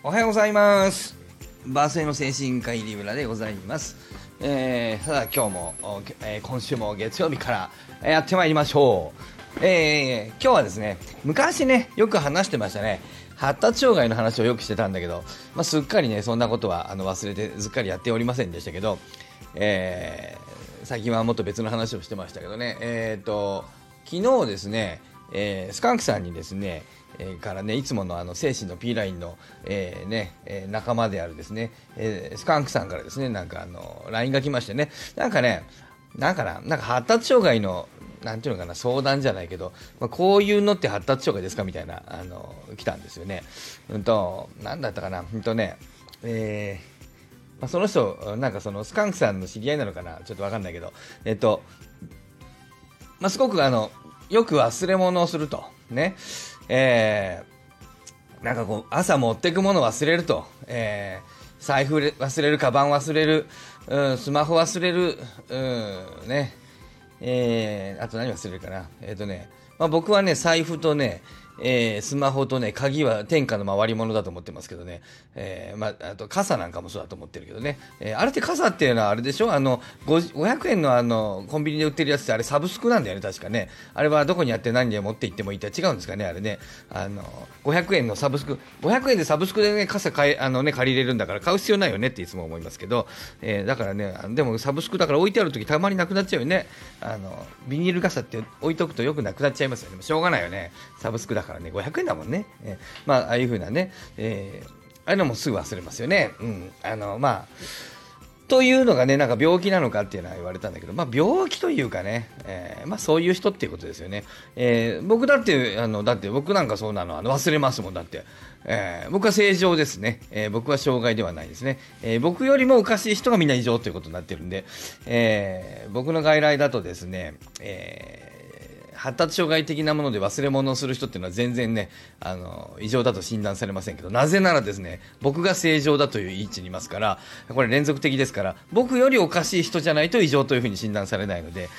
おはようございます。バースデーの精神科医リブラでございます。さあ今日も、今週も月曜日からやってまいりましょう。今日はですね、昔ねよく話してましたね。発達障害の話をよくしてたんだけど、すっかりねそんなことは忘れてすっかりやっておりませんでしたけど、最近はもっと別の話をしてましたけどね。昨日ですね、スカンクさんにですね、からねいつもの精神の P ラインの、仲間であるですね、スカンクさんからですねなんかLINE が来ましてね、なんか発達障害のなんていうのかな相談じゃないけど、こういうのって発達障害ですかみたいな来たんですよね。なんだったかなその人なんかそのスカンクさんの知り合いなのかなちょっとわかんないけどすごくよく忘れ物をするとね、なんかこう朝持ってくもの忘れると、財布忘れる、カバン忘れる、スマホ忘れる、ね、あと何忘れるかな僕はね財布とねスマホとね鍵は天下の回り物だと思ってますけどね、あと傘なんかもそうだと思ってるけどね、あれって傘っていうのはあれでしょ、500円のコンビニで売ってるやつってあれサブスクなんだよね確かね。あれはどこにあって何で持って行ってもいいって違うんですかねあれね。500円のサブスク、500円でサブスクでね傘借りれるんだから買う必要ないよねっていつも思いますけど、だからねでもサブスクだから置いてある時たまになくなっちゃうよね。ビニール傘って置いとくとよくなくなっちゃいますよね。しょうがないよね、サブスクだからね500円だもんね。ああいう風なね、ああいうのもすぐ忘れますよね。というのがねなんか病気なのかっていうのは言われたんだけど、病気というかね、そういう人っていうことですよね。僕だって僕なんかそうなの忘れますもんだって。僕は正常ですね。僕は障害ではないですね。僕よりもおかしい人がみんな異常ということになってるんで、僕の外来だとですね、発達障害的なもので忘れ物をする人っていうのは全然ね異常だと診断されませんけど、なぜならですね僕が正常だという位置にいますから、これ連続的ですから僕よりおかしい人じゃないと異常というふうに診断されないので、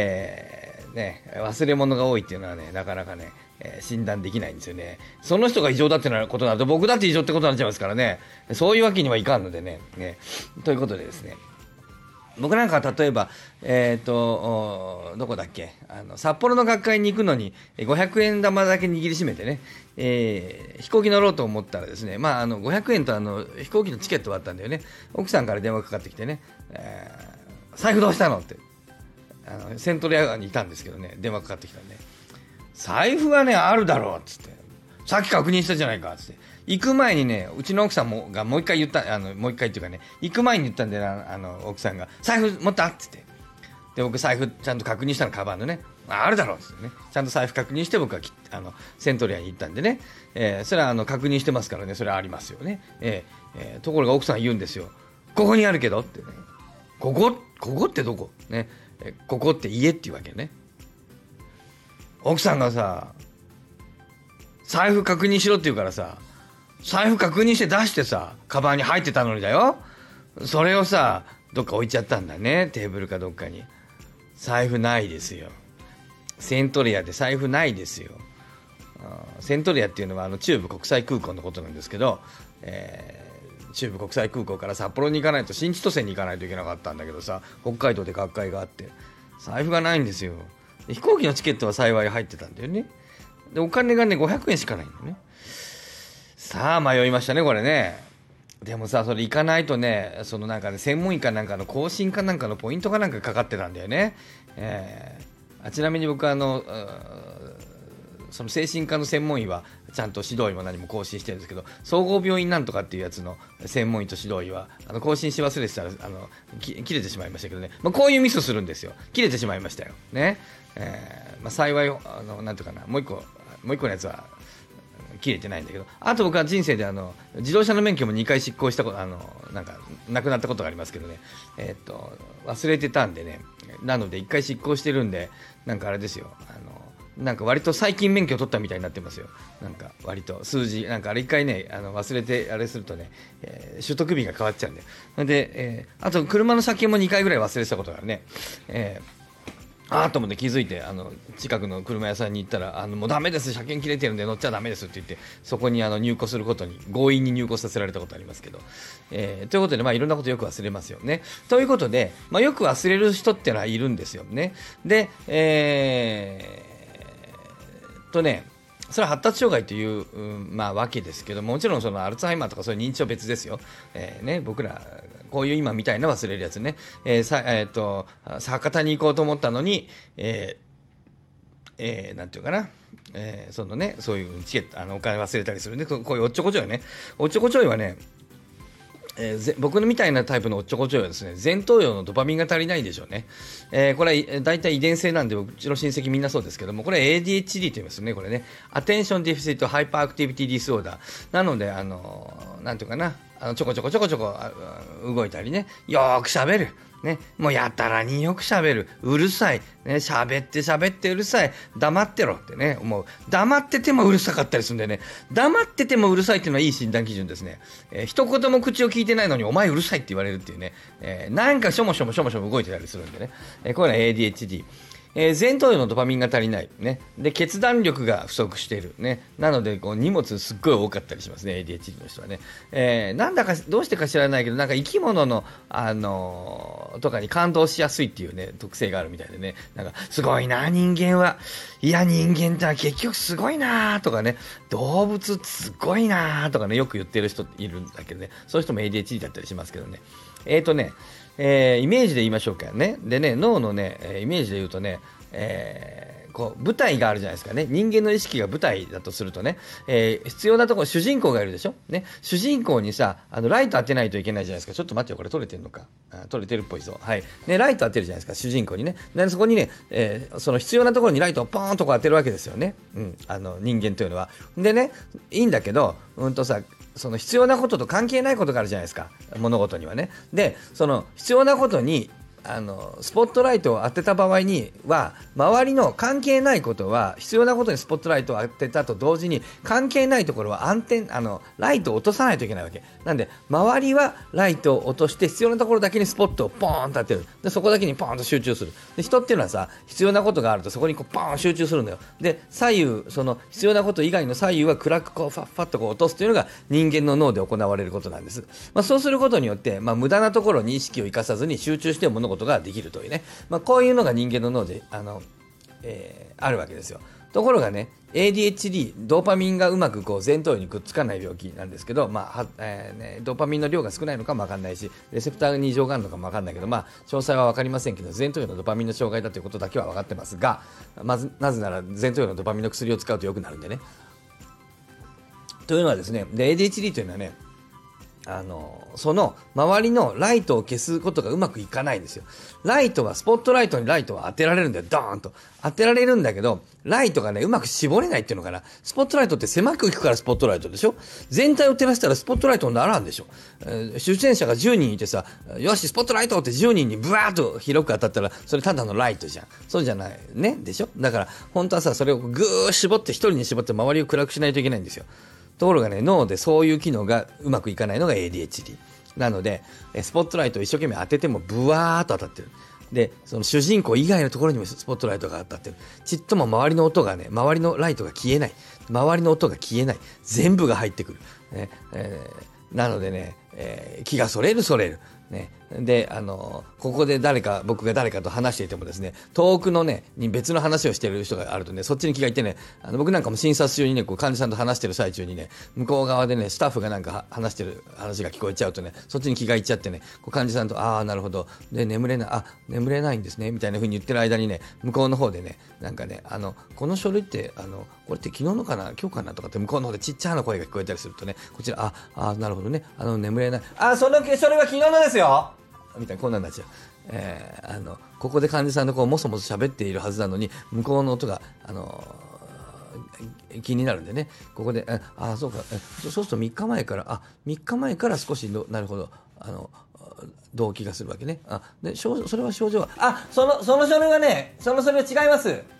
忘れ物が多いっていうのはねなかなかね診断できないんですよね。その人が異常だってことになると僕だって異常ってことになっちゃいますからね。そういうわけにはいかんのでね。ということでですね、僕なんかは例えば、どこだっけ札幌の学会に行くのに500円玉だけ握りしめてね、飛行機乗ろうと思ったらですね、500円と飛行機のチケットはあったんだよね。奥さんから電話かかってきてね、財布どうしたのってセントレアにいたんですけどね、電話かかってきたんで、財布はねあるだろうっつって、さっき確認したじゃないかっつって、行く前にねうちの奥さんがもう一回言った、もう一回っていうかね行く前に言ったんで奥さんが財布持ったっつって、で僕財布ちゃんと確認したの、カバンのね、あるだろうっつってね、ちゃんと財布確認して僕はセントリアに行ったんでね、それは確認してますからね、それはありますよね。ところが奥さん言うんですよ、ここにあるけどってね、ここってどこね、ここって家っていうわけね。奥さんがさ財布確認しろって言うからさ、財布確認して出してさカバンに入ってたのにだよ、それをさどっか置いちゃったんだね、テーブルかどっかに。財布ないですよ、セントレアで財布ないですよ。セントレアっていうのは中部国際空港のことなんですけど、中部国際空港から札幌に行かないと新千歳に行かないといけなかったんだけどさ、北海道で学会があって財布がないんですよ。飛行機のチケットは幸い入ってたんだよね。でお金がね500円しかないんだよね。さあ迷いましたねこれね。でもさそれ行かないとねなんかね専門医かなんかの更新かなんかのポイントかなんかかかってたんだよね。ちなみに僕はその精神科の専門医はちゃんと指導医も何も更新してるんですけど、総合病院なんとかっていうやつの専門医と指導医は更新し忘れてたら切れてしまいましたけどね、こういうミスするんですよ。切れてしまいましたよね。幸いなんていうかな、もう一個のやつは切れてないんだけど、あと僕は人生で自動車の免許も2回失効したことなんかなくなったことがありますけどね、忘れてたんでね、なので1回失効してるんで、なんかあれですよ、なんか割と最近免許取ったみたいになってますよ。なんか割と数字なんかあれ1回ね忘れてあれするとね、取得日が変わっちゃうんで、あと車の車検も2回ぐらい忘れてたことがあるね。 と思って気づいて近くの車屋さんに行ったらもうダメです、車検切れてるんで乗っちゃダメですって言って、そこに入庫することに強引に入庫させられたことありますけど、ということでいろんなことよく忘れますよね。ということで、よく忘れる人ってのはいるんですよね。でそれは発達障害という、わけですけども、もちろんそのアルツハイマーとかそういう認知症別ですよ。僕らこういう今みたいな忘れるやつね、博多に行こうと思ったのに、なんていうかな、そういうチケットお金忘れたりするね。こういうおっちょこちょいね。おっちょこちょいはね、僕のみたいなタイプのおっちょこちょいはですね、前頭葉のドパミンが足りないんでしょうね。これは大体遺伝性なんで、うちの親戚みんなそうですけども、これは ADHD と言いますね。これね、アテンションディフィシットハイパーアクティビティディスオーダーなので、なんていうかな、ちょこちょこ動いたりね、よーく喋る。ね、もうやたらによく喋る、うるさい、ね、喋ってうるさい、黙ってろってね、思う。黙っててもうるさかったりするんでね、黙っててもうるさいっていうのはいい診断基準ですね。一言も口を聞いてないのにお前うるさいって言われるっていうね、なんかしょもしょも動いてたりするんでね、こういうのは ADHD。前頭葉のドパミンが足りない、ね、で決断力が不足している、ね、なのでこう荷物すっごい多かったりしますね、 ADHD の人はね。なんだかどうしてか知らないけど、なんか生き物の、とかに感動しやすいっていうね特性があるみたいでね、なんかすごいな人間は、いや人間って結局すごいなとかね、動物すごいなとかね、よく言ってる人いるんだけどね、そういう人も ADHD だったりしますけどね。イメージで言いましょうかね。でね、脳のね、イメージで言うとね、こう舞台があるじゃないですかね。人間の意識が舞台だとするとね、必要なところ、主人公がいるでしょ、ね、主人公にさライト当てないといけないじゃないですか。ちょっと待ってよ、これ撮れてるのか、撮れてるっぽいぞ。はいね、ライト当てるじゃないですか、主人公にね。でそこにね、その必要なところにライトをポーンとこう当てるわけですよね、人間というのは。でね、いいんだけどその必要なことと関係ないことがあるじゃないですか、物事にはね。でその必要なことにスポットライトを当てた場合には、周りの関係ないことは、必要なことにスポットライトを当てたと同時に関係ないところはライトを落とさないといけないわけなんで、周りはライトを落として必要なところだけにスポットをポーンと当てる。でそこだけにポーンと集中する。で人っていうのはさ、必要なことがあるとそこにこうポーン集中するんだよ。で左右、その必要なこと以外の左右は暗くこうファッファッとこう落とすというのが人間の脳で行われることなんです。そうすることによって、無駄なところに意識を生かさずに集中して物事ができるというね、こういうのが人間の脳であるわけですよ。ところがね、 ADHD ドーパミンがうまくこう前頭葉にくっつかない病気なんですけど、ドーパミンの量が少ないのかも分かんないし、レセプターに異常があるのかも分かんないけど、詳細は分かりませんけど、前頭葉のドーパミンの障害だということだけは分かってますが、なぜなら前頭葉のドーパミンの薬を使うと良くなるんでね。というのはですね、で ADHD というのはね、その周りのライトを消すことがうまくいかないんですよ。ライトはスポットライトにライトは当てられるんだよ。ドーンと当てられるんだけど、ライトがねうまく絞れないっていうのかな。スポットライトって狭くいくからスポットライトでしょ。全体を照らしたらスポットライトにならんでしょ。出演者が10人いてさ、よしスポットライトって10人にブワーッと広く当たったら、それただのライトじゃん。そうじゃないねでしょ。だから本当はさ、それをぐー絞って一人に絞って周りを暗くしないといけないんですよ。ところがね、脳でそういう機能がうまくいかないのが ADHD なので、スポットライトを一生懸命当ててもブワーッと当たってる。でその主人公以外のところにもスポットライトが当たってる。ちっとも周りの音がね、周りのライトが消えない、周りの音が消えない、全部が入ってくる、ねなのでね、気がそれるね。でここで僕が誰かと話していてもですね、遠くのねに別の話をしている人があるとね、そっちに気がいってね、僕なんかも診察中にね、こう患者さんと話してる最中にね、向こう側でねスタッフがなんか話してる話が聞こえちゃうとね、そっちに気がいっちゃってね、こう患者さんとなるほど、で眠れないんですねみたいな風に言ってる間にね、向こうの方でね、なんかねこの書類ってこれって昨日のかな今日かなとかって向こうの方でちっちゃな声が聞こえたりするとね、こちらなるほどね、眠れない、それは昨日のですよみたいな、こんなんなっちゃう。ここで患者さんのこうもそもそ喋っているはずなのに、向こうの音が気になるんでね、ここでそうか、そうすると3日前から少しなるほど動悸がするわけね。でそれは症状はその書類はね、その書類は違います。違う。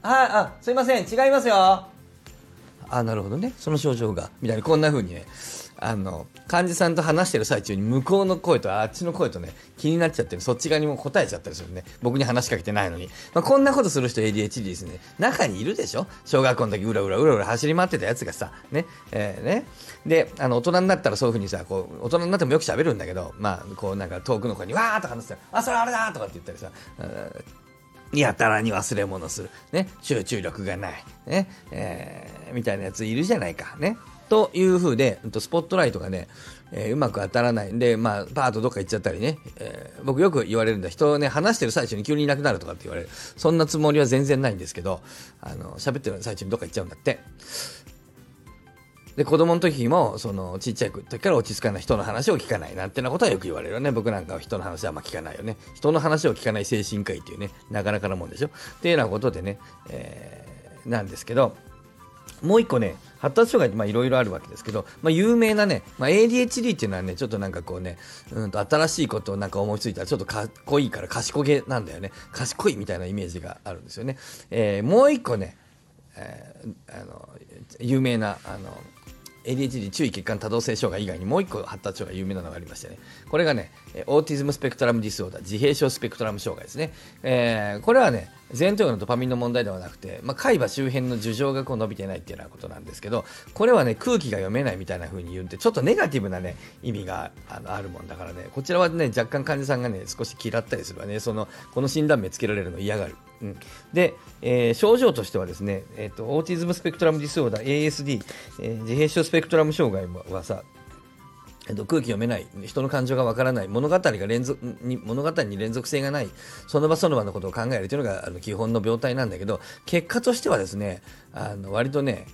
すいません、違いますよ。なるほどね、その症状がみたいな、こんな風にね患者さんと話してる最中に向こうの声とあっちの声とね気になっちゃってる、そっち側にも答えちゃったりするね、僕に話しかけてないのに。こんなことする人 ADHD ですね。中にいるでしょ。小学校の時うらうら走り回ってたやつがさね、で大人になったらそういう風にさ、こう大人になってもよく喋るんだけど、こうなんか遠くの子にわーっと話してそれあれだとかって言ったりさ、やたらに忘れ物する、ね、集中力がない、ねみたいなやついるじゃないかね。という風でスポットライトがね、うまく当たらないんで、パーッとどっか行っちゃったりね、僕よく言われるんだ、人をね話してる最中に急にいなくなるとかって言われる。そんなつもりは全然ないんですけど、喋ってる最中にどっか行っちゃうんだって。で子供の時もそのちっちゃい時から落ち着かない、人の話を聞かないなんてなことはよく言われるよね。僕なんかは人の話はあんま聞かないよね。人の話を聞かない精神科医っていうね、なかなかなもんでしょっていうようなことでね、なんですけど、もう一個ね発達障害っていろいろあるわけですけど、有名なね、ADHD っていうのはねちょっとなんかこうね、新しいことをなんか思いついたらちょっとかっこいいから賢げなんだよね。賢いみたいなイメージがあるんですよね。もう一個ね、有名なADHD 注意欠陥多動性障害以外にもう一個発達障害有名なのがありましてね、これがねオーティズムスペクトラムディスオーダー、自閉症スペクトラム障害ですね。これはね前頭葉のドパミンの問題ではなくて、海馬周辺の樹状がこう伸びてないっていうようなことなんですけど、これはね空気が読めないみたいな風に言うんで、ちょっとネガティブなね意味があるもんだからね、こちらはね若干患者さんがね少し嫌ったりするわね。この診断名つけられるの嫌がる。で、症状としてはですね、オーティズムスペクトラムディスオーダー ASD、自閉症スペクトラム障害はさ、空気読めない、人の感情がわからない、物語に連続性がない、その場その場のことを考えるというのが基本の病態なんだけど、結果としてはですね、割とね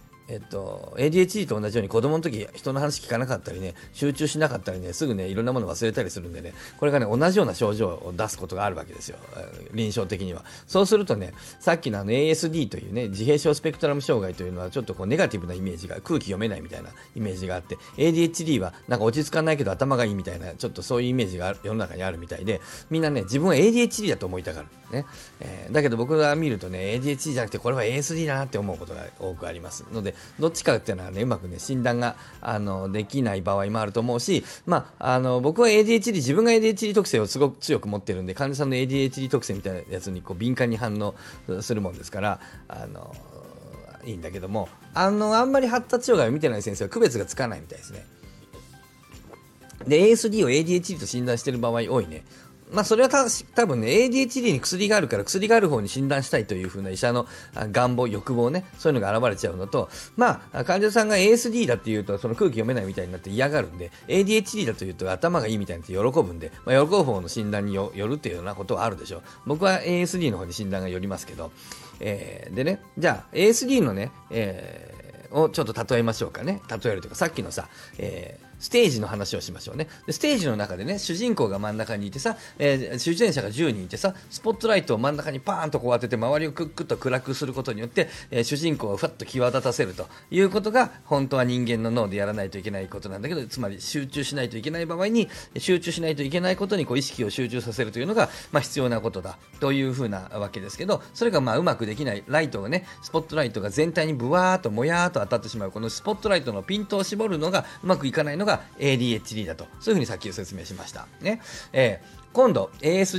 ADHD と同じように子供の時人の話聞かなかったりね、集中しなかったりね、すぐねいろんなもの忘れたりするんでね、これがね同じような症状を出すことがあるわけですよ、臨床的には。そうするとね、さっきのASD というね自閉症スペクトラム障害というのはちょっとこうネガティブなイメージが、空気読めないみたいなイメージがあって、 ADHD はなんか落ち着かないけど頭がいいみたいな、ちょっとそういうイメージが世の中にあるみたいで、みんなね自分は ADHD だと思いたがるね、だけど僕が見るとね ADHD じゃなくてこれは ASD だなって思うことが多くありますので、どっちかっていうのはねうまくね診断ができない場合もあると思うし、僕は ADHD、自分が ADHD 特性をすごく強く持ってるんで、患者さんの ADHD 特性みたいなやつにこう敏感に反応するもんですからいいんだけども、あんまり発達障害を見てない先生は区別がつかないみたいですね。で ASD を ADHD と診断している場合多いね。それは多分ね ADHD に薬があるから薬がある方に診断したいという風な医者の願望、欲望ね、そういうのが現れちゃうのと、患者さんが ASD だっていうとその空気読めないみたいになって嫌がるんで、 ADHD だというと頭がいいみたいになって喜ぶんで、喜ぶ方の診断によるっていうようなことはあるでしょう。僕は ASD の方に診断がよりますけど、でね、じゃあ ASD のね、をちょっと例えましょうかね。例えるというか、さっきのさ、ステージの話をしましょうね。でステージの中でね、主人公が真ん中にいてさ、出演者が10人いてさ、スポットライトを真ん中にパーンとこう当てて周りをクックッと暗くすることによって、主人公をふわっと際立たせるということが本当は人間の脳でやらないといけないことなんだけど、つまり集中しないといけない場合に集中しないといけないことにこう意識を集中させるというのが、必要なことだというふうなわけですけど、それがうまくできない、ライトがね、スポットライトが全体にブワーっともやーっと当たってしまう、このスポットライトのピントを絞るのがうまくいかないのが ADHD だと、そういうふうにさっき説明しましたね。今度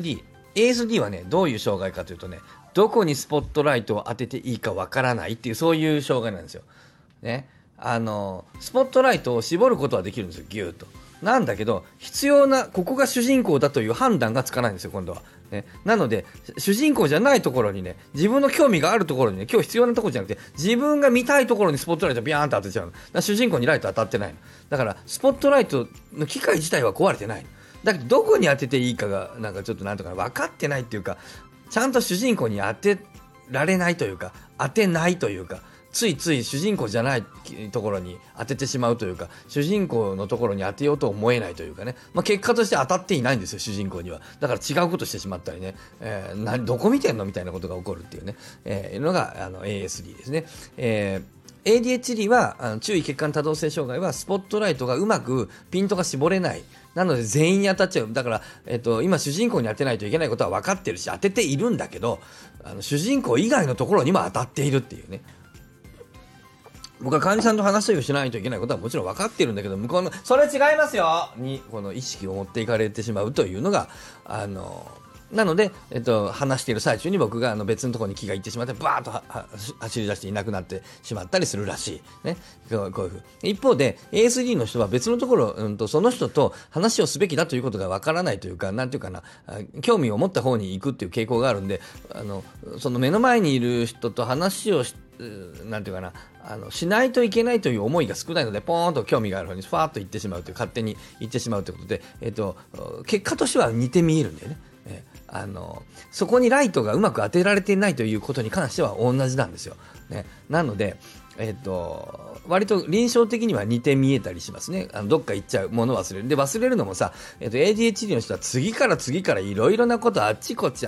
ASD はね、どういう障害かというとね、どこにスポットライトを当てていいかわからないっていう、そういう障害なんですよね。スポットライトを絞ることはできるんですよ、ギューッと。なんだけど必要な、ここが主人公だという判断がつかないんですよ、今度は。なので主人公じゃないところにね、自分の興味があるところにね、今日必要なところじゃなくて自分が見たいところにスポットライトビャーンと当てちゃうの。だから主人公にライト当たってないの。だからスポットライトの機械自体は壊れてないの。だけどどこに当てていいかがなんかちょっとなんとか分かってないっていうか、ちゃんと主人公に当てられないというか、当てないというか、ついつい主人公じゃないところに当ててしまうというか、主人公のところに当てようと思えないというかね、結果として当たっていないんですよ、主人公には。だから違うことしてしまったりね、どこ見てんのみたいなことが起こるっていうね、のがASD ですね。ADHD は注意欠陥多動性障害はスポットライトがうまくピントが絞れない。なので全員に当たっちゃう。だから、今主人公に当てないといけないことは分かってるし当てているんだけど、主人公以外のところにも当たっているっていうね。 僕は患者さんと話をしないといけないことはもちろん分かっているんだけど、向こうのそれ違いますよにこの意識を持っていかれてしまうというのがなので、話している最中に僕が別のところに気がいってしまってバーッと走り出していなくなってしまったりするらしい、ね、こういうふう一方で ASD の人は別のところ、その人と話をすべきだということがわからないというか、なんていうかな、興味を持った方に行くっていう傾向があるんで、その目の前にいる人と話をなんていうかな、しないといけないという思いが少ないので、ポーンと興味がある方にファーッと行ってしまうという、勝手に行ってしまうということで、結果としては似て見えるんだよね。そこにライトがうまく当てられていないということに関しては同じなんですよ、ね、なので、割と臨床的には似て見えたりしますね。どっか行っちゃうものを忘れる。で、忘れるのもさ、ADHD の人は次から次からいろいろなことあっちこっち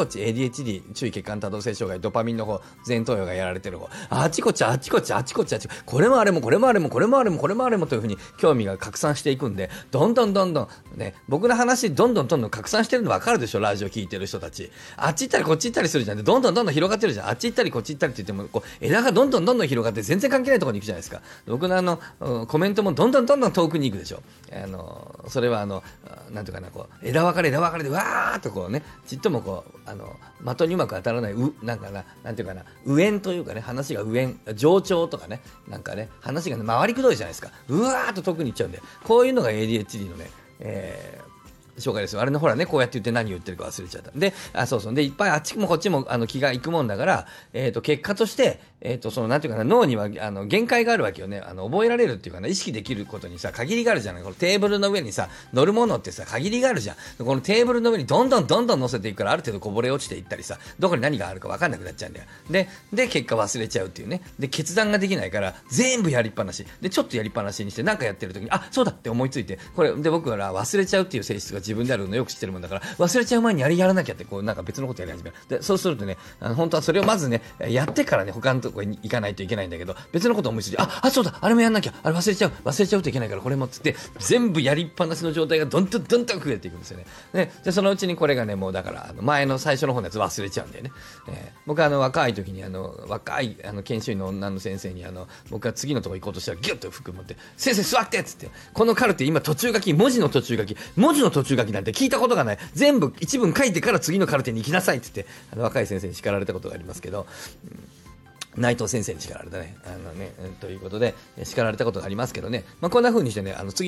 ADHD 注意欠陥多動性障害ドパミンの方前頭葉がやられてる方あっちこっちこれもあれもこれもあれもこれもあれもこれもあれもというふうに興味が拡散していくんで、どんどんね、僕の話どんどん拡散してるの分かるでしょ。ラジオ聞いてる人たちあっち行ったりこっち行ったりするじゃん。でどんどん広がってるじゃん。あっち行ったりこっち行ったりって言ってもこう枝がどんどん広がって全然関係ないところに行くじゃないですか。僕のコメントもどんどん遠くに行くでしょ。それはなんていうかな、こう枝分かれでわーっとこうね、ちっともこう的にうまく当たらないなんていうかな、右縁というかね、話が上長とかね、なんかね、話がね回りくどいじゃないですか。うわーっと遠くに行っちゃうんで、こういうのが ADHD のね、障害ですよ。あれのほらね、こうやって言って何言ってるか忘れちゃった。で、そうでいっぱいあっちもこっちも気がいくもんだから、結果としてなんていうかな、脳には限界があるわけよね。覚えられるっていうかな、意識できることにさ限りがあるじゃない。このテーブルの上にさ乗るものってさ限りがあるじゃん。このテーブルの上にどんどん乗せていくから、ある程度こぼれ落ちていったりさ、どこに何があるか分かんなくなっちゃうんだよ。で結果忘れちゃうっていうね。で決断ができないから全部やりっぱなしで、ちょっとやりっぱなしにしてなんかやってる時にそうだって思いついて、これで僕ら忘れちゃうっていう性質が自分であるのよく知ってるもんだから、忘れちゃう前にやらなきゃって、こうなんか別のことやり始める。でそうするとね、本当はそれをまずねやってからね他のところに行かないといけないんだけど、別のこと思いついてそうだあれもやんなきゃ、あれ忘れちゃうといけないからこれもっつって全部やりっぱなしの状態がどんどん増えていくんですよね。でそのうちにこれがね、もうだから前の最初の方のやつ忘れちゃうんだよね。僕は若い時に若い研修医の女の先生に僕が次のところ行こうとしたらギュッと服持って、先生座ってっつって、このカルテ今文字の途中書きなんて聞いたことがない、全部一文書いてから次のカルテに行きなさいって言って若い先生に叱られたことがありますけど、内藤先生に叱られたね。ということで叱られたことがありますけどね、こんな風にしてね、次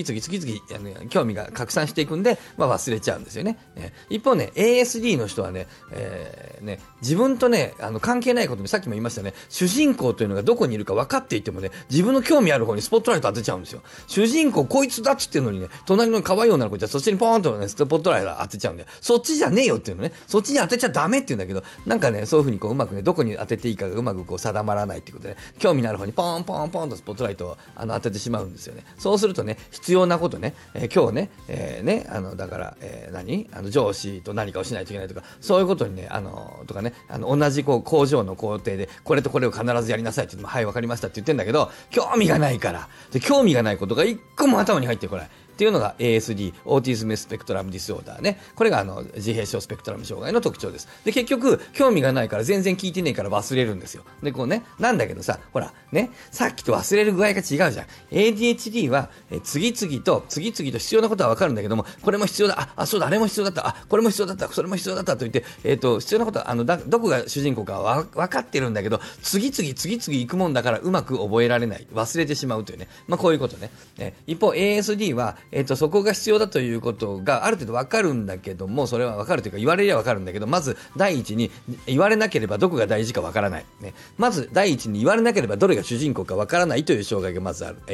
々興味が拡散していくんで、忘れちゃうんですよね。一方ね ASD の人はね、自分とね関係ないことに、さっきも言いましたね、主人公というのがどこにいるか分かっていてもね、自分の興味ある方にスポットライト当てちゃうんですよ。主人公こいつだっつってるのにね、隣の可愛い女の子じゃそっちにポーンとねスポットライト当てちゃうんだよ。そっちじゃねえよっていうのね、そっちに当てちゃダメって言うんだけど、なんかねそういう風にこううまくね、どこに当てていいかがうまくこう定まらないっていうことで、興味のある方にポンとスポットライトを当ててしまうんですよね。そうするとね、必要なことね、今日ね、だから、上司と何かをしないといけないとか、そういうことにね、とかね、同じこう工場の工程でこれとこれを必ずやりなさいって言っても、はい分かりましたって言ってんだけど、興味がないから、で興味がないことが一個も頭に入ってこないっていうのが ASD、オーティズムスペクトラムディスオーダーね。これが自閉症スペクトラム障害の特徴です。で、結局、興味がないから全然聞いてねえから忘れるんですよ。で、こうね、なんだけどさ、ほら、ね、さっきと忘れる具合が違うじゃん。ADHD は、次々と必要なことはわかるんだけども、これも必要だ、そうだ、あれも必要だった、これも必要だった、それも必要だったと言って、必要なことは、どこが主人公かは分かってるんだけど、次々行くもんだからうまく覚えられない、忘れてしまうというね。こういうことね。一方、ASD は、そこが必要だということがある程度分かるんだけども、それは分かるというか言われりゃ分かるんだけど、まず第一に言われなければどこが大事か分からない、ね、まず第一に言われなければどれが主人公か分からないという障害がまずある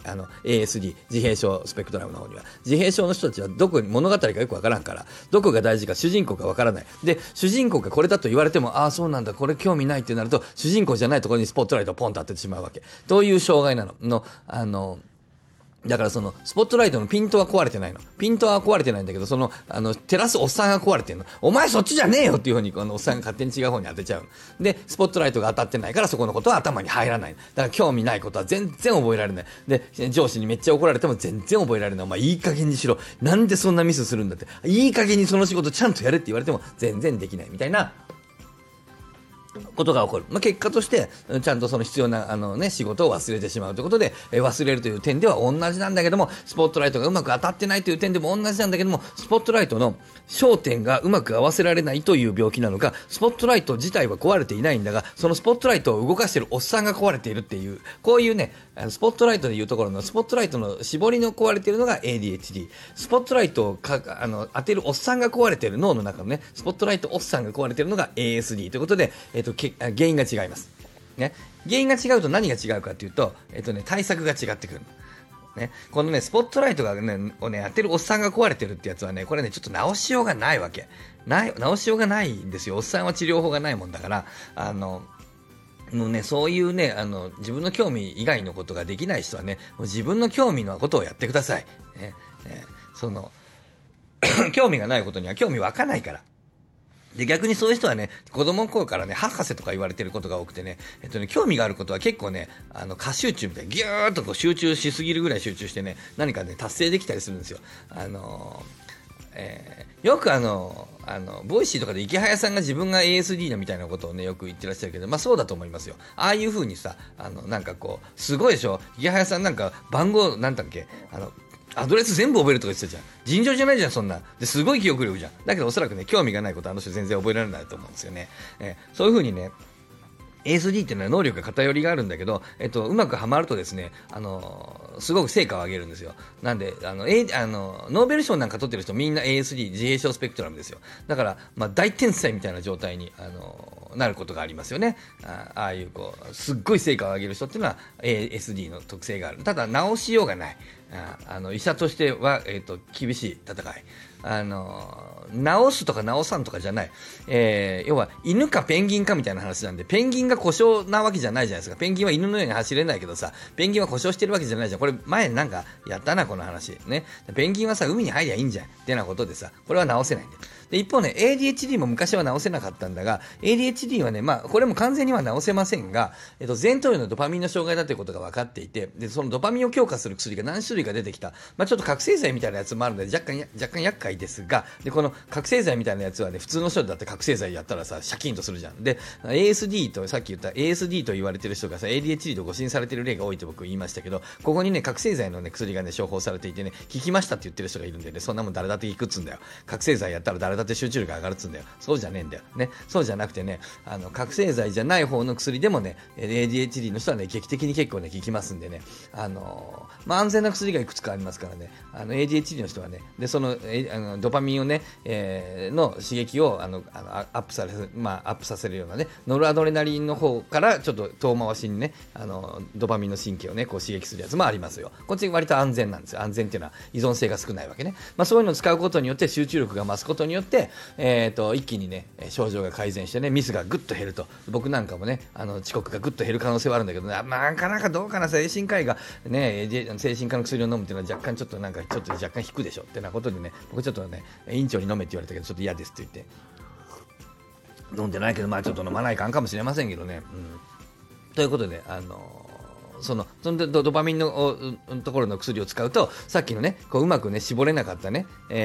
ASD 自閉症スペクトラムの方には、自閉症の人たちはどこに物語がよく分からんから、どこが大事か主人公か分からない。で主人公がこれだと言われても、そうなんだ、これ興味ないってなると、主人公じゃないところにスポットライトをポンと当ててしまうわけという障害なのだからそのスポットライトのピントは壊れてないの。ピントは壊れてないんだけど、照らすおっさんが壊れてるの。お前そっちじゃねえよっていう風におっさんが勝手に違う方に当てちゃうの。でスポットライトが当たってないから、そこのことは頭に入らない。だから興味ないことは全然覚えられない。で上司にめっちゃ怒られても全然覚えられない。お前いい加減にしろ、なんでそんなミスするんだって、いい加減にその仕事ちゃんとやれって言われても全然できないみたいなことが起こる。結果として、ちゃんとその必要な、仕事を忘れてしまうということで、忘れるという点では同じなんだけども、スポットライトがうまく当たってないという点でも同じなんだけども、スポットライトの焦点がうまく合わせられないという病気なのか、スポットライト自体は壊れていないんだが、そのスポットライトを動かしているおっさんが壊れているっていう、こういうね、スポットライトでいうところのスポットライトの絞りの壊れているのが ADHD。スポットライトを当てるおっさんが壊れている脳の中のね、スポットライトおっさんが壊れているのが ASD ということで、原因が違います。ね、原因が違うと何が違うかというと、対策が違ってくる。ね、このね、スポットライトがね、当てるおっさんが壊れてるってやつはね、これね、ちょっと直しようがないわけ。直しようがないんですよ。おっさんは治療法がないもんだから、もうね、そういうね、自分の興味以外のことができない人はね、もう自分の興味のことをやってください。ね、興味がないことには興味湧かないから。で、逆にそういう人はね、子供の頃からね、博士とか言われてることが多くてね、興味があることは結構ね、過集中みたいにギューッとこう集中しすぎるぐらい集中してね、何かね、達成できたりするんですよ。よくボイシーとかで池早さんが自分が ASD だみたいなことをね、よく言ってらっしゃるけど、そうだと思いますよ。ああいう風にさ、なんかこう、すごいでしょ、池早さんなんか番号、なんだっけ、アドレス全部覚えるとか言ってたじゃん。尋常じゃないじゃん、そんな。ですごい記憶力じゃん。だけどおそらくね、興味がないことあの人全然覚えられないと思うんですよね。そういう風にね、ASD っていうのは能力が偏りがあるんだけど、うまくはまるとですね、すごく成果を上げるんですよ。なんで、ノーベル賞なんか取ってる人みんな ASD、自閉症スペクトラムですよ。だから、大天才みたいな状態に、なることがありますよね。ああいうこう、すっごい成果を上げる人っていうのは ASD の特性がある。ただ、治しようがない。医者としては、厳しい戦い。治すとか治さんとかじゃない、要は犬かペンギンかみたいな話なんで、ペンギンが故障なわけじゃないじゃないですか。ペンギンは犬のように走れないけどさ、ペンギンは故障してるわけじゃないじゃん。これ前なんかやったな、この話ね。ペンギンはさ、海に入りゃいいんじゃんってなことでさ、これは治せないんだよ。で、一方ね、ADHD も昔は治せなかったんだが、ADHD はね、これも完全には治せませんが、前頭葉のドパミンの障害だということが分かっていて、で、そのドパミンを強化する薬が何種類か出てきた。ちょっと覚醒剤みたいなやつもあるので、若干厄介ですが、で、この覚醒剤みたいなやつはね、普通の人だって覚醒剤やったらさ、シャキンとするじゃん。で、ASD と、さっき言った ASD と言われてる人がさ、ADHD と誤診されてる例が多いと僕言いましたけど、ここにね、覚醒剤のね、薬がね、処方されていてね、効きましたって言ってる人がいるんでね、そんなもん誰だって効くっつんだよ。覚醒剤やったら誰だって集中力上がるっつんだよ。そうじゃねえんだよ。ね。そうじゃなくてね、覚醒剤じゃない方の薬でもね、ADHD の人はね、劇的に結構ね、効きますんでね、安全な薬がいくつかありますからね、ADHD の人はね、で、その、ドパミンをね、の刺激をアップさせるようなね、ノルアドレナリンの方からちょっと遠回しにね、ドパミンの神経をね、こう刺激するやつもありますよ。こっち割と安全なんですよ。安全っていうのは依存性が少ないわけね。そういうのを使うことによって集中力が増すことによって、一気にね、症状が改善してね、ミスがぐっと減ると。僕なんかもね、遅刻がぐっと減る可能性はあるんだけどね、なかなかどうかな、精神科医がね、精神科の薬を飲むっていうのは若干ちょっと若干引くでしょってなことでね、僕ちょっとね、院長に飲めって言われたけど、ちょっと嫌ですって言って、飲んでないけど、ちょっと飲まないかんかもしれませんけどね。ということで、そのドパミンのところの薬を使うと、さっきのね、こううまくね、絞れなかったね、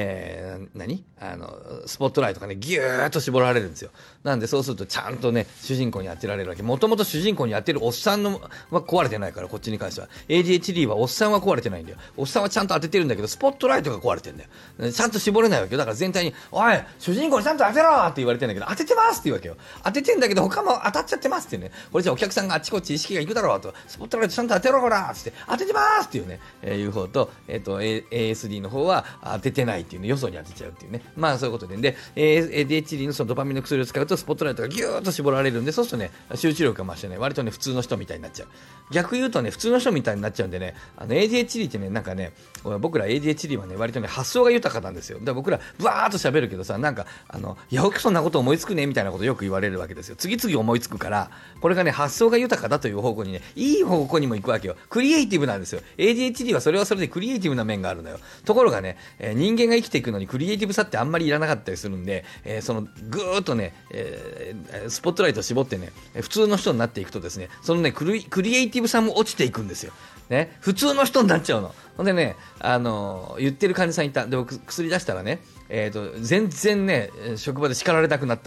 スポットライトがね、ギューッと絞られるんですよ。なんで、そうするとちゃんとね、主人公に当てられるわけ。もともと主人公に当てるおっさんは壊れてないから、こっちに関しては。ADHD はおっさんは壊れてないんだよ。おっさんはちゃんと当ててるんだけど、スポットライトが壊れてるんだよ。ちゃんと絞れないわけよ。だから全体に、おい、主人公にちゃんと当てろって言われてるんだけど、当ててますって言うわけよ。当ててんだけど、他も当たっちゃってますってね。これじゃお客さんがあっちこっち意識がいくだろうと、スポットライトちゃんと当てろほらーって当ててますっていうね、いう方と、ASD の方は当ててないっていうね、よそに当てちゃうっていうね。そういうことで、ADHD のそのドパミンの薬を使うと、スポットライトがギューッと絞られるんで、そうするとね、集中力が増してね、割とね、普通の人みたいになっちゃう。逆言うとね、普通の人みたいになっちゃうんでね、ADHD ってね、なんかね、僕ら ADHD はね、割とね、発想が豊かなんですよ。だから僕ら、ブワーっと喋るけどさ、なんか、よくそんなこと思いつくね、みたいなことよく言われるわけですよ。次々思いつくから、これがね、発想が豊かだという方向にね、いい方向にも行くわけよ。クリエイティブなんですよ。ADHD はそれはそれでクリエイティブな面があるのよ。ところがね、人間が生きていくのにクリエイティブさってあんまりいらなかったりするんで、そのぐーっとね、スポットライトを絞ってね、普通の人になっていくとですね、そのね、クリエイティブさも落ちていくんですよ。ね、普通の人になっちゃうの。ほんでね、言ってる患者さんいた。で、僕薬出したらね、全然ね、職場で叱られたくなった。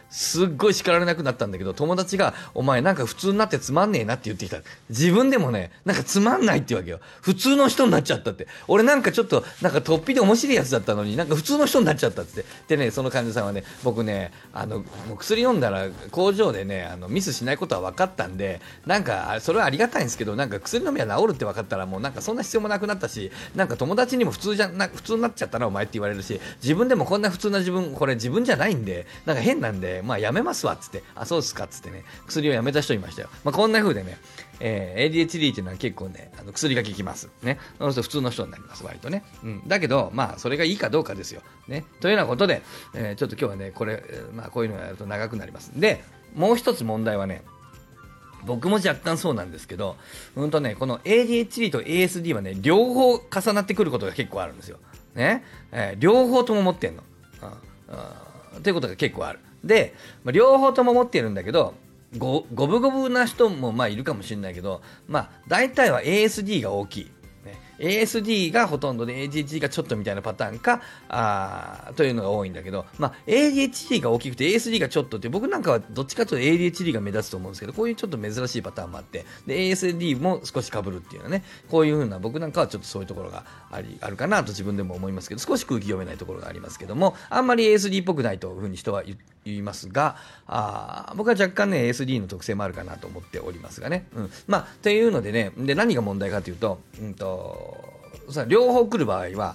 すっごい叱られなくなったんだけど、友達がお前なんか普通になってつまんねえなって言ってきた。自分でもね、なんかつまんないって言うわけよ。普通の人になっちゃったって。俺なんかちょっとなんか突飛で面白いやつだったのに、なんか普通の人になっちゃったって。でね、その患者さんはね、僕ね、もう薬飲んだら工場でね、ミスしないことは分かったんで、なんかそれはありがたいんですけど、なんか薬飲みは治るって分かったらもうなんかそんな必要もなくなったし、なんか友達にも普通になっちゃったなお前って言われるし、自分でもこんな普通な自分、これ自分じゃないんで、なんか変なんで、まあやめますわっつって、あ、そうっすかっつってね、薬をやめた人いましたよ。まあこんな風でね、ADHD っていうのは結構ね、薬が効きますね。そうすると普通の人になります、割とね。だけど、まあそれがいいかどうかですよ。ね。というようなことで、ちょっと今日はね、これ、まあこういうのをやると長くなります。で、もう一つ問題はね、僕も若干そうなんですけど、この ADHD と ASD はね、両方重なってくることが結構あるんですよ。ね。両方とも持ってんの。ということが結構ある。で、両方とも持っているんだけど、五分五分な人もまあいるかもしれないけど、まあ大体は ASD が大きい。ASD がほとんどで ADHD がちょっとみたいなパターンかというのが多いんだけど、まあ、ADHD が大きくて ASD がちょっとって、僕なんかはどっちかというと ADHD が目立つと思うんですけど、こういうちょっと珍しいパターンもあって、で ASD も少し被るっていうのはね、こういう風な、僕なんかはちょっとそういうところがあるかなと自分でも思いますけど、少し空気読めないところがありますけども、あんまり ASD っぽくないという風に人は言いますが、僕は若干ね ASD の特性もあるかなと思っておりますがね、まあというのでね、で何が問題かというと、両方来る場合は、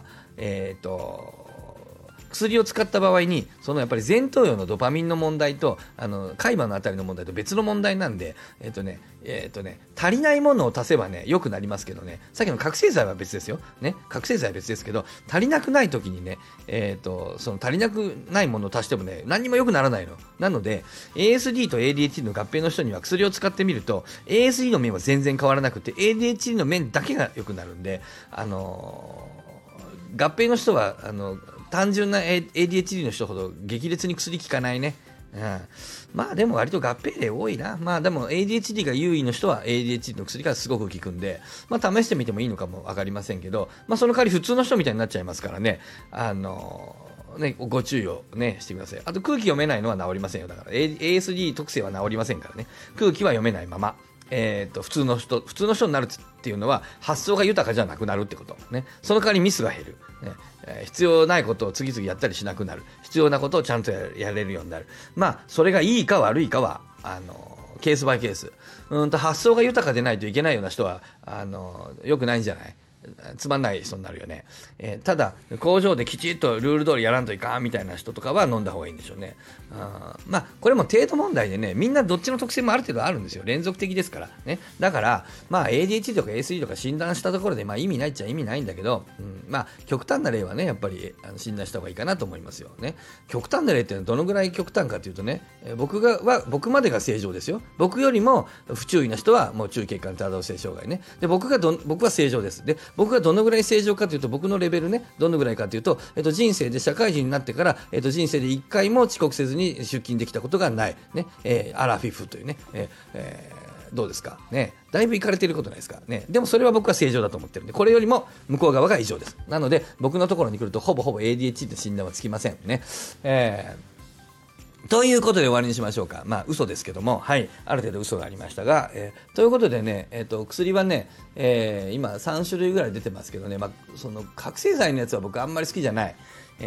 薬を使った場合にやっぱり前頭葉のドパミンの問題と海馬のあたりの問題と別の問題なんで、足りないものを足せばね良くなりますけどね、さっきの覚醒剤は別ですよ、ね、覚醒剤は別ですけど、足りなくない時にね、その足りなくないものを足してもね何にも良くならないの。なので ASD と ADHD の合併の人には薬を使ってみると ASD の面は全然変わらなくて ADHD の面だけが良くなるんで、合併の人は単純な ADHD の人ほど激烈に薬効かないね。まあでも割と合併例多いな。まあでも ADHD が優位の人は ADHD の薬がすごく効くんで、まあ試してみてもいいのかも分かりませんけど、まあその代わり普通の人みたいになっちゃいますからね。ご注意をねしてください。あと空気読めないのは治りませんよ。だから ASD 特性は治りませんからね。空気は読めないまま。普通の人になるっていうのは発想が豊かじゃなくなるってことね。その代わりミスが減る、ね必要ないことを次々やったりしなくなる、必要なことをちゃんとやれるようになる。まあそれがいいか悪いかはケースバイケース。発想が豊かでないといけないような人は良くないんじゃない、つまんない人になるよね。ただ工場できちっとルール通りやらんといかんみたいな人とかは飲んだ方がいいんでしょうね。まあこれも程度問題でね、みんなどっちの特性もある程度あるんですよ。連続的ですからね。だからまあ ADHD とか ASD とか診断したところでまあ意味ないっちゃ意味ないんだけど、まあ極端な例はねやっぱり診断した方がいいかなと思いますよね。極端な例っていうのはどのぐらい極端かというとね、僕までが正常ですよ。僕よりも不注意な人はもう注意欠陥多動性障害ね。で僕は正常です。で僕がどのぐらい正常かというと、僕のレベルねどのぐらいかというと、人生で社会人になってから、人生で1回も遅刻せずに出勤できたことがない、ねアラフィフというね、どうですかね。だいぶいかれていることないですかね。でもそれは僕は正常だと思ってるんで、これよりも向こう側が異常です。なので僕のところに来るとほぼ ADHD の診断はつきませんね。ということで終わりにしましょうか。まあ嘘ですけども、はい、ある程度嘘がありましたが、ということでね、薬はね、今3種類ぐらい出てますけどね、まあ、その覚醒剤のやつは僕あんまり好きじゃない、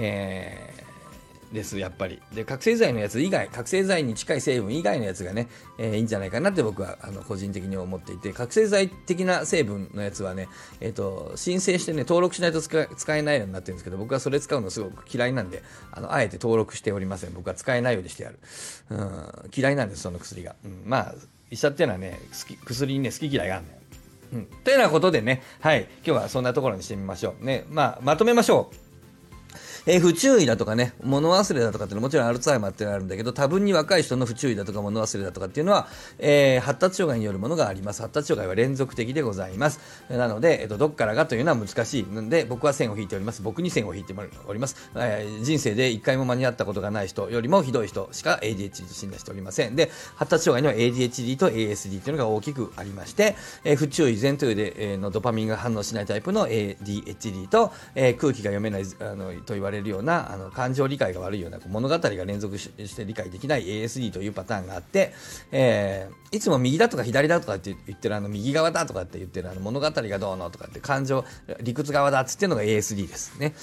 ですやっぱり。で覚醒剤のやつ以外、覚醒剤に近い成分以外のやつがね、いいんじゃないかなって僕は個人的に思っていて、覚醒剤的な成分のやつはね、申請してね登録しないと使えないようになってるんですけど、僕はそれ使うのすごく嫌いなんで、あえて登録しておりません。僕は使えないようにしてやる。嫌いなんです、その薬が。まあ医者っていうのはね薬にね好き嫌いがあるんだよ。というようなことでね、はい、今日はそんなところにしてみましょうね。まとめましょう。不注意だとかね、物忘れだとかっていうのはもちろんアルツハイマーっていうのがあるんだけど、多分に若い人の不注意だとか物忘れだとかっていうのは、発達障害によるものがあります。発達障害は連続的でございます。なので、どっからがというのは難しいので、僕は線を引いております。僕に線を引いております。人生で一回も間に合ったことがない人よりもひどい人しか ADHD と診断しておりません。で、発達障害には ADHD と ASD というのが大きくありまして、不注意前頭葉で、のドパミンが反応しないタイプの ADHD と、空気が読めないと言われわれるような感情理解が悪いような物語が連続して理解できない ASD というパターンがあって、いつも右だとか左だとかって言ってる右側だとかって言ってる物語がどうのとかって感情理屈側だっつってるのが ASD ですね。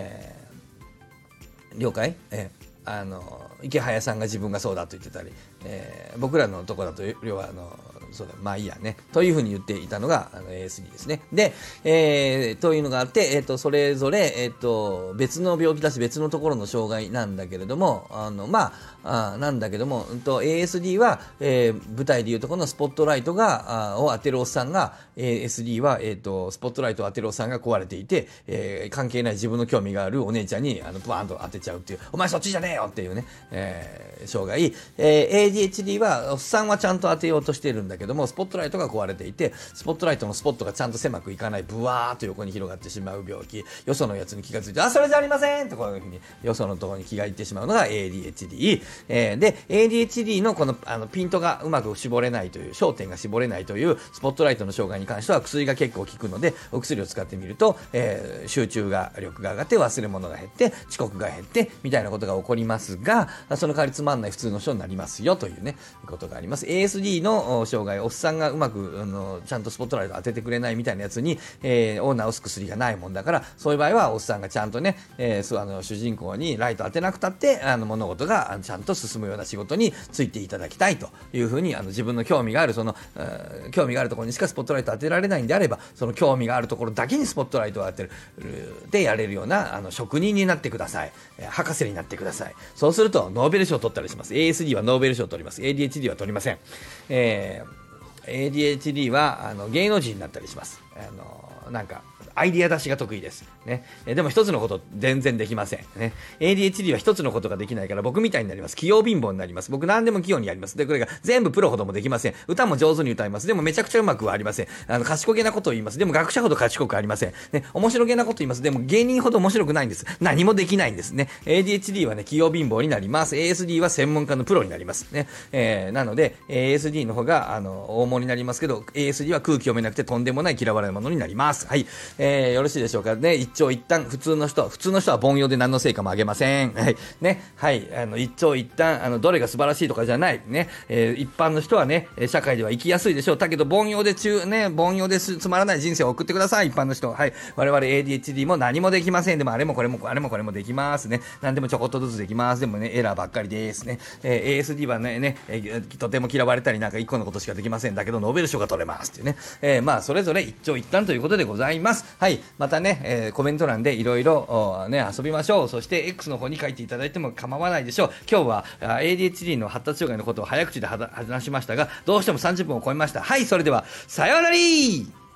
了解？池早さんが自分がそうだと言ってたり、僕らのところだと要はそうだまあいいやねというふうに言っていたのがASD ですね。で、というのがあって、それぞれ、別の病気だし別のところの障害なんだけれどもなんだけども、ASD は、舞台でいうところのスポットライトを当てるおっさんが ASD は、スポットライトを当てるおっさんが壊れていて、関係ない自分の興味があるお姉ちゃんにバーンと当てちゃうっていう、お前そっちじゃねえよっていうね、障害、ADHD はおっさんはちゃんと当てようとしているんだけどもスポットライトが壊れていてスポットライトのスポットがちゃんと狭くいかない、ブワーっと横に広がってしまう病気、よそのやつに気がついてそれじゃありませんとこういうふうによそのところに気がいってしまうのが ADHD、で ADHD のこのピントがうまく絞れないという焦点が絞れないというスポットライトの障害に関しては薬が結構効くのでお薬を使ってみると、集中力が上がって忘れ物が減って遅刻が減ってみたいなことが起こりますが、その代わりつまんない普通の人になりますよというねことがあります。 ASD の障害、おっさんがうまくちゃんとスポットライト当ててくれないみたいなやつに、を治す薬がないもんだから、そういう場合はおっさんがちゃんとね、主人公にライト当てなくたって物事がちゃんと進むような仕事に就いていただきたいというふうに自分の興味がある興味があるところにしかスポットライト当てられないんであれば、その興味があるところだけにスポットライトを当てるでやれるような職人になってください、博士になってください。そうするとノーベル賞を取ったりします。 ASD はノーベル賞を取ります。 ADHD は取りません。ADHD は芸能人になったりします。なんかアイディア出しが得意です、ね。でも一つのこと全然できません、ね。ADHD は一つのことができないから僕みたいになります。器用貧乏になります。僕何でも器用にやります。でこれが全部プロほどもできません。歌も上手に歌います。でもめちゃくちゃうまくはありません。賢げなことを言います。でも学者ほど賢くありません、ね。面白げなこと言います。でも芸人ほど面白くないんです。何もできないんですね。ADHD はね器用貧乏になります。 ASD は専門家のプロになりますね。なので ASD の方が大物になりますけど ASD は空気読めなくてとんでもない嫌われ者になります。はい、よろしいでしょうかね。一長一短、普通の人は凡庸で何の成果も上げません。はいね、はい、一長一短どれが素晴らしいとかじゃないね。一般の人はね社会では生きやすいでしょう。だけど凡庸でつまらない人生を送ってください。一般の人、はい、我々 ADHD も何もできません。でもあれもこれもできますね。何でもちょこっとずつできます。でもねエラーばっかりですね。ASD はねとても嫌われたりなんか一個のことしかできません。だけどノーベル賞が取れますっていうね。まあそれぞれ一長一短ということでございます。はい、またね、コメント欄でいろいろ遊びましょう。そして X の方に書いていただいても構わないでしょう。今日は ADHD の発達障害のことを早口で話しましたがどうしても30分を超えました。はい、それではさようなら。